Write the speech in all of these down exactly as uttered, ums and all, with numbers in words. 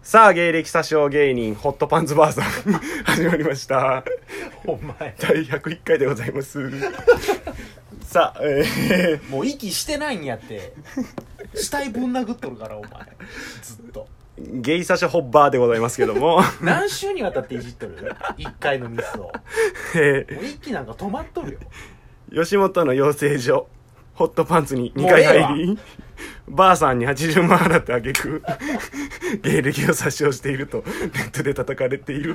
さあ芸歴詐称芸人ホットパンツばあさん始まりましたお前だいひゃくいっかいでございますさあ、えー、もう息してないんやって死体ぶん殴っとるからお前ずっとー、ゲイ詐称ホッバーでございますけども何週にわたっていじっとるいっかいのミスを、 えもう息なんか止まっとるよ。 ー、吉本の養成所ホットパンツににかい入りばあさんにはちじゅうまん払ってあげく芸歴を詐称しているとネットで叩かれている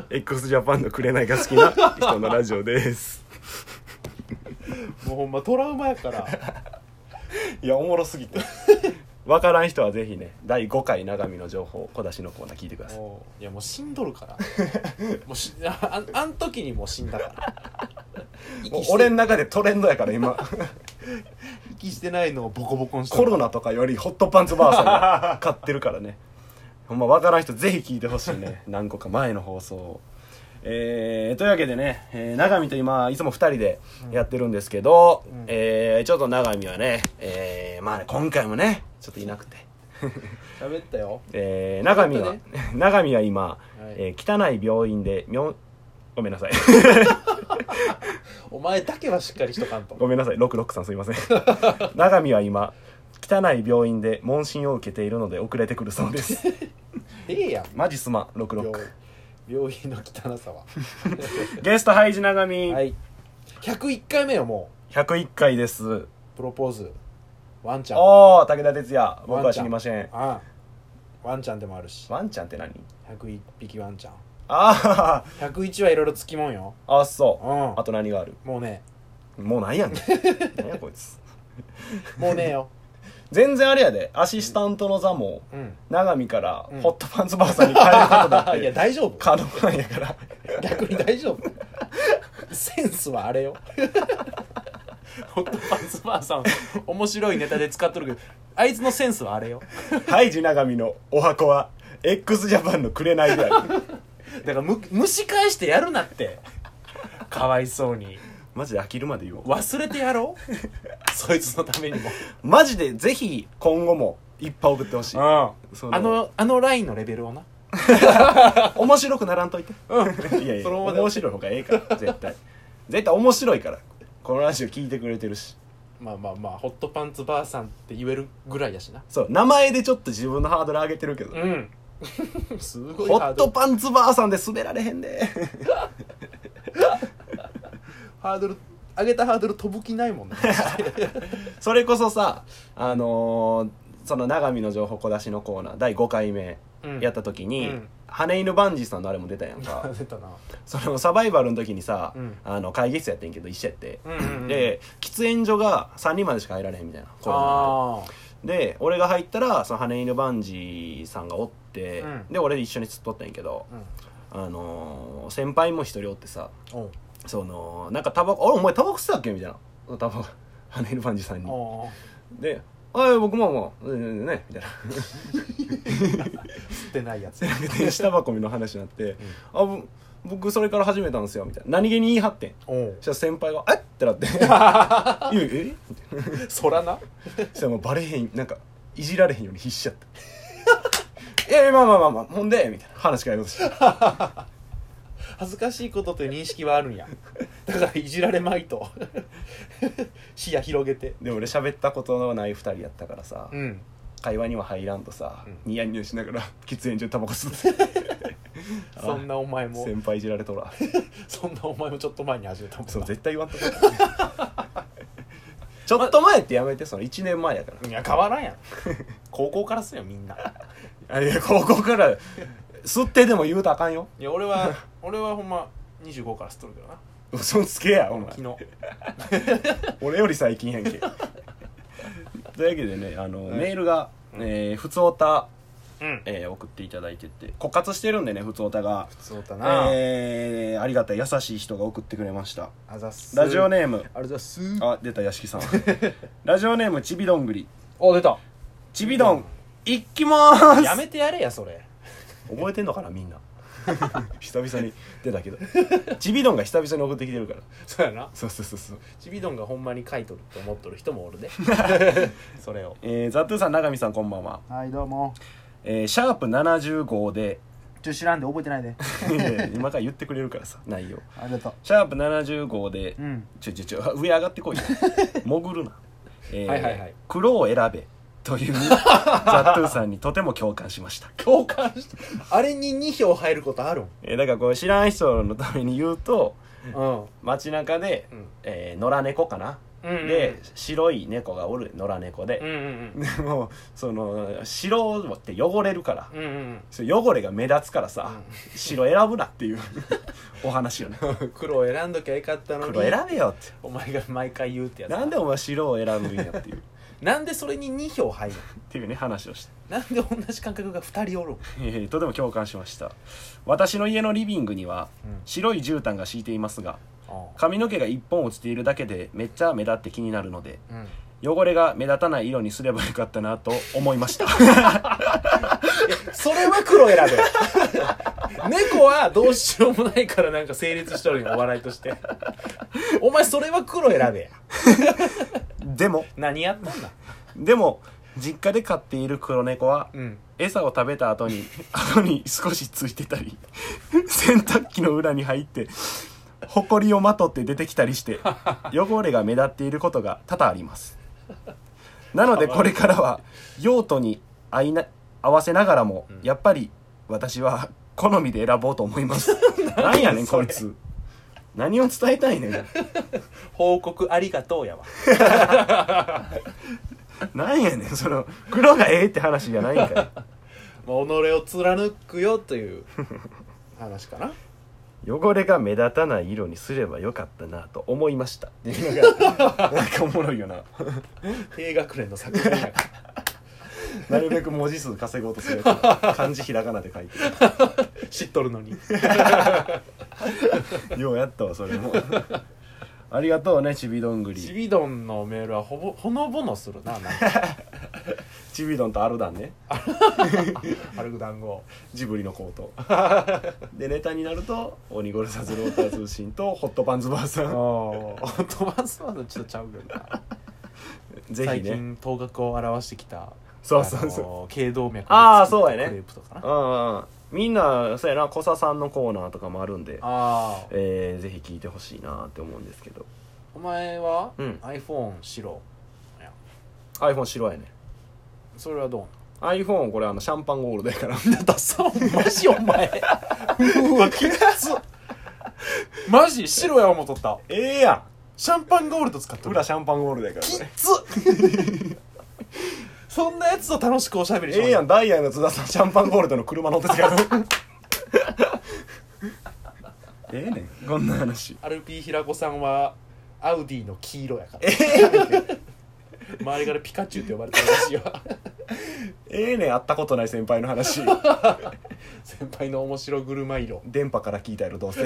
x ジャパンの紅が好きな人のラジオですもうほんまトラウマやからいやおもろすぎて分からん人はぜひねだいごかい長見の情報小出しのコーナー聞いてください。 いやもう死んどるからもうし あ, あん時にもう死んだからもう俺の中でトレンドやから今息してないのをボコボコにしてコロナとかよりホットパンツばあさんが買ってるからねほんま分からん人ぜひ聞いてほしいね何個か前の放送を。えー、というわけでね、えー、長見と今いつもふたりでやってるんですけど、うんえー、ちょっと長見はね、えー、まあね今回もねちょっといなくて喋ったよ、 えー、長見は、 ね、 長見は今、はいえー、汚い病院でみょんごめんなさいお前だけはしっかりしとかんと。 ごめんなさいろくろくさんすいません長見は今汚い病院で問診を受けているので遅れてくるそうですええやんマジすまんろくろく病院の汚さはゲストハイジ長見、 はい、ひゃくいっかいめよもうひゃくいっかいです。 プロポーズワンちゃんおー武田鉄矢僕は知りません。 ああワンちゃんでもあるしワンちゃんって何？ ひゃくいっぴきワンちゃんあひゃくいちはいろいろつきもんよ。 ああそう、 うん、 あと何がある？ もうねもうないやん何やこいつもうねえよ全然あれやでアシスタントの座も、うん、長見からホットパンツばあさんに変えることだって、 うん、いや大丈夫可能なんやから逆に大丈夫センスはあれよホットパンツばあさん面白いネタで使っとるけどあいつのセンスはあれよハイジ長見のお箱は x ジャパンの紅であるだからむ蒸し返してやるなってかわいそうにマジで飽きるまで言おう忘れてやろうそいつのためにもマジでぜひ今後もいっぱい送ってほしい。 あのあのラインのレベルをな面白くならんといて、 うん、 いやいや面白い方がええから絶対絶対面白いからこのラジオ聞いてくれてるし。 まあまあまあホットパンツばあさんって言えるぐらいやしな。 そう名前でちょっと自分のハードル上げてるけど、 うんすごいホットパンツばあさんで滑られへんでハードル上げたハードル飛ぶ気ないもんねそれこそさあのー、その長見の情報小出しのコーナーだいごかいめやった時に、うん、羽犬バンジーさんのあれも出たやんか出たな。 そのサバイバルの時にさ、 うん、 あの会議室やってんけど一緒やって、 うんうんうん、 で喫煙所がさんにんまでしか入られへんみたいなコロナで俺が入ったらその羽犬バンジーさんがおって、うん、で俺で一緒に釣っとったんやけど、うん、あのー、先輩も一人おってさそのなんかタバコ「あれお前タバコ吸ってたっけ?」みたいなタバコ羽犬バンジーさんにで「ああ僕ももうね」みたいな吸ってないやつ電子タバコの話になって「うん、あ僕それから始めたんですよ」みたいな何気に言い張ってん。そしたら先輩が「えっ?」ってなって「いやえそらな」 そしたらもうバレへんなんかいじられへんように必死やった「えまあまあまあまあほんで」みたいな話変えようとして恥ずかしいことという認識はあるんやだからいじられまいと視野広げて。 でも俺喋ったことのないふたりやったからさ、 うん、 会話には入らんとさ、うん、ニヤニヤしながら喫煙所でタバコ吸ってそんなお前も先輩いじられとらそんなお前もちょっと前に始めたもんな。 そう絶対言わんとこちょっと前ってやめてそのいちねんまえやから。 いや変わらんやん高校からすよみんなあいや高校から吸ってでも言うとあかんよ。 いや俺は俺はほんまにじゅうごから吸っとるけどな。 嘘つけやお前昨日俺より最近やんけというわけでねあの、うん、メールが、えー、ふつおた、うんえー、送っていただいてて枯渇してるんでねふつおたがふつおたな、 えー、ありがたい優しい人が送ってくれました。 あざっす。 ラジオネームありがとうございます。 あ出た屋敷さんラジオネームちびどんぐり。 お出たちびどんいきまーす。 やめてやれやそれ覚えてんのかなみんな久々に出たけどちびどんが久々に送ってきてるから。 そうやな。 そうそうそうそうちびどんがほんまに書いとると思っとる人もおるでそれを、 えー、ザットゥーさん永見さんこんばんは。 はいどうも。 えー、シャープななじゅうごでちょ知らんで覚えてないで今から言ってくれるからさ内容ありがとう。 シャープななじゅうごで、 うん、 ちょちょちょ上上がってこい潜るな、えー、 はいはいはい、 黒を選べというザットゥーさんにとても共感しました。 共感したあれにに票入ることあるん？ えー、だからこう知らん人のために言うと、 うん、 街中で、うん、えー、野良猫かな、うんうん、で白い猫がおる野良猫で、うんうんうん、でもその白って汚れるから、うんうん、それ汚れが目立つからさ、うん、白選ぶなっていうお話よね黒を選んどきゃよかったのに黒選べよってお前が毎回言うってやつ。 なんでお前白を選ぶんやっていうなんでそれにに票入るっていうね話をして、 なんで同じ感覚がふたりおるん？ えー、とても共感しました。私の家のリビングには白い絨毯が敷いていますが、うん、髪の毛がいっぽん落ちているだけでめっちゃ目立って気になるので、うん、汚れが目立たない色にすればよかったなと思いましたそれは黒選べ猫はどうしようもないからなんか成立しとるんよお笑いとしてお前それは黒選べやでも何やったんだ。 でも実家で飼っている黒猫は、うん、餌を食べた後に後に少しついてたり洗濯機の裏に入ってほこりをまとって出てきたりして汚れが目立っていることが多々あります。なのでこれからは用途に合いな合わせながらも、うん、やっぱり私は好みで選ぼうと思いますなんやねんこいつ何を伝えたいねん報告ありがとうやわなんやねんその黒がええって話じゃないんかいまあ、己を貫くよという話かな汚れが目立たない色にすればよかったなと思いましたっていうのがなんかおもろいよな低学年の作品やなるべく文字数稼ごうとするやつ漢字ひらがなで書いて知っとるのにようやったわそれもありがとうねちびどんぐり。 ちびどんのメールはほぼほのぼのするななんかちびどんとアルダンねアルグ団子ジブリのコートでネタになると鬼ゴルサズローター通信とホットパンツバーさんホットパンツバーさんちょっとちゃうけどなぜひね最近頭角を現してきたそうそうそう頸動脈ああそうやねクレープとかな、 うんうん、みんなそうやな小佐さんのコーナーとかもあるんであ、 えー、ぜひ聞いてほしいなって思うんですけど。 お前は、 うん、 iPhone 白いや iPhone 白やね。 それはどう iPhone これあのシャンパンゴールドやからダサマジお前うわきつマジ白や思っとった。 ええやんシャンパンゴールド使ってる裏シャンパンゴールドやからきつそんなやつと楽しくおしゃべりしよう。 ええやんダイヤの津田さんシャンパンゴールドの車乗ってたからええねんこんな話。 アルピー平子さんはアウディの黄色やからええやん周りからピカチュウって呼ばれてるらしいわええねん会ったことない先輩の話先輩の面白車色電波から聞いたやろどうせ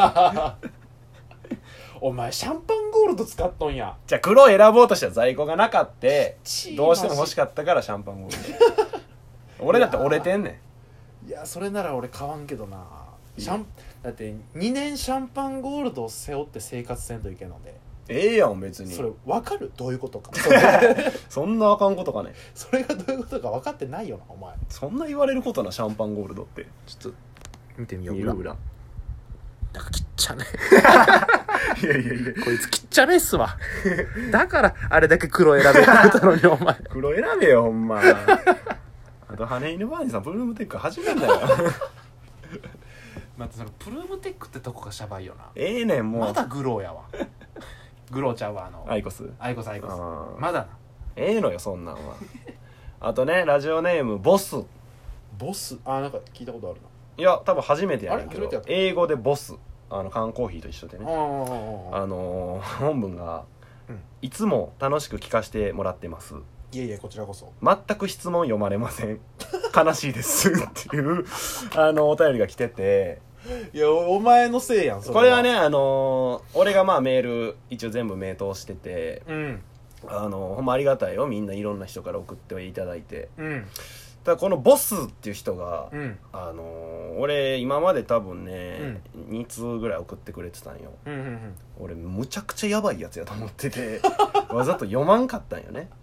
お前シャンパンゴールド使っとんや。 じゃあ黒を選ぼうとしたら在庫がなかってどうしても欲しかったからシャンパンゴールド俺だって折れてんねん。いやそれなら俺買わんけどな。シャンだってにねんシャンパンゴールドを背負って生活せんといけんので。 ええやん別に。 それ分かるどういうことかそんなあかんことかね。 それがどういうことか分かってないよなお前。 そんな言われることなシャンパンゴールドってちょっと見てみよう。 裏裏なんかきっちゃねいやいやいやこいつきっちゃねっすわだからあれだけ黒選べたのにお前黒選べよほんまあと羽犬バーニーさんプルームテック始めんだよまたそのプルームテックってとこがシャバいよな。 ええねんもうまだグローやわグローちゃうわあのアイコスアイコスアイコスまだな。 ええのよそんなんはあとねラジオネームボス。 ボスあなんか聞いたことあるな。 いや多分初めてやねんけどや英語でボスあの缶コーヒーと一緒でね。あ、 あのー、本文が、うん、いつも楽しく聞かせてもらってます。 いえいえこちらこそ。 全く質問読まれません悲しいですっていうあのお便りが来てていや お, お前のせいやんそれは。 これはねあのー、俺がまあメール一応全部名答してて、 うん、 あのー、ほんまありがたいよみんないろんな人から送っていただいて、 うん、 ただこのボスっていう人が、 うん、 あのー、俺今まで多分ね、うん、に通ぐらい送ってくれてたんよ、 うんうんうん、 俺むちゃくちゃやばいやつやと思っててわざと読まんかったんよね。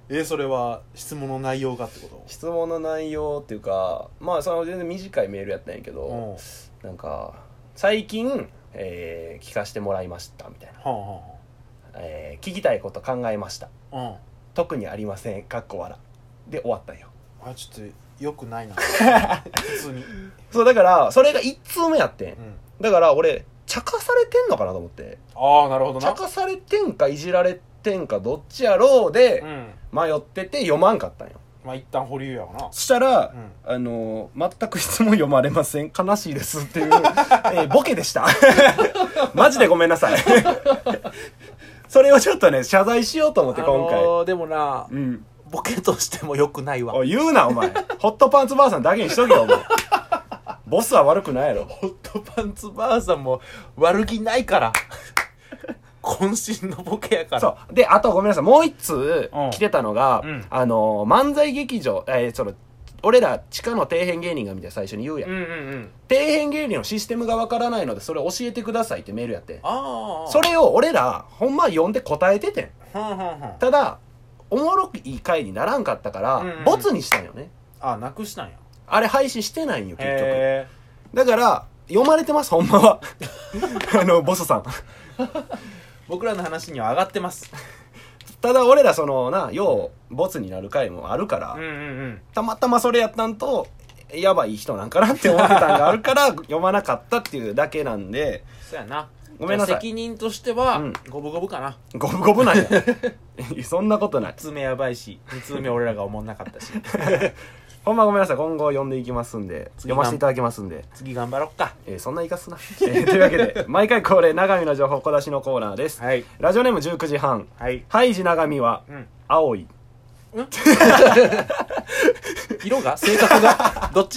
えー、それは質問の内容がってこと？ 質問の内容っていうかまあその全然短いメールやったんやけど、なんか最近、えー、聞かせてもらいましたみたいな、はあはあえー、聞きたいこと考えました、うん、特にありませんかっこ笑で終わったんよ。 あちょっとよくないな普通にそうだからそれが一通目やってん、うん、だから俺茶化されてんのかなと思って。 ああなるほどな。 茶化されてんかいじられてんかどっちやろうで迷ってて読まんかったんよ。 まあ一旦保留やわな。 そしたら、うん、あの全く質問読まれません悲しいですっていう、えー、ボケでしたマジでごめんなさいそれをちょっとね謝罪しようと思って今回、あのー、でもな、うん、ボケとしても良くないわ。 おい言うなお前ホットパンツばあさんだけにしとけよお前ボスは悪くないやろ。 ホットパンツばあさんも悪気ないから渾身のボケやから。 そうであとごめんなさいもう一通来てたのが、うん、あの漫才劇場、えー、その俺ら地下の底辺芸人が見て最初に言うやん、うんうんうん、底辺芸人のシステムがわからないのでそれ教えてくださいってメールやって、あそれを俺らほんま読んで答えててん、はんはんはんただおもろい回にならんかったから、うんうん、ボツにしたんよね。 あなくしたんや。あれ配信してないんよ結局。だから読まれてますほんまはあのボスさん僕らの話には上がってますただ俺らそのなようボツになる回もあるから、うんうんうん、たまたまそれやったんとやばい人なんかなって思ってたんがあるから読まなかったっていうだけなんでそうやなごめんなさい。 責任としては、うん、五分五分かな。 五分五分なんやそんなことない。 いち通目やばいしに通目俺らが思んなかったしほんまごめんなさい。今後読んでいきますんで読ませていただきますんで次頑張ろっか、 えー、そんな言いかすな、えー、というわけで毎回恒例長見の情報小出しのコーナーです、はい、ラジオネームじゅうくじはん、はい、ハイジ長見は、うん、青いん色が性格がどっち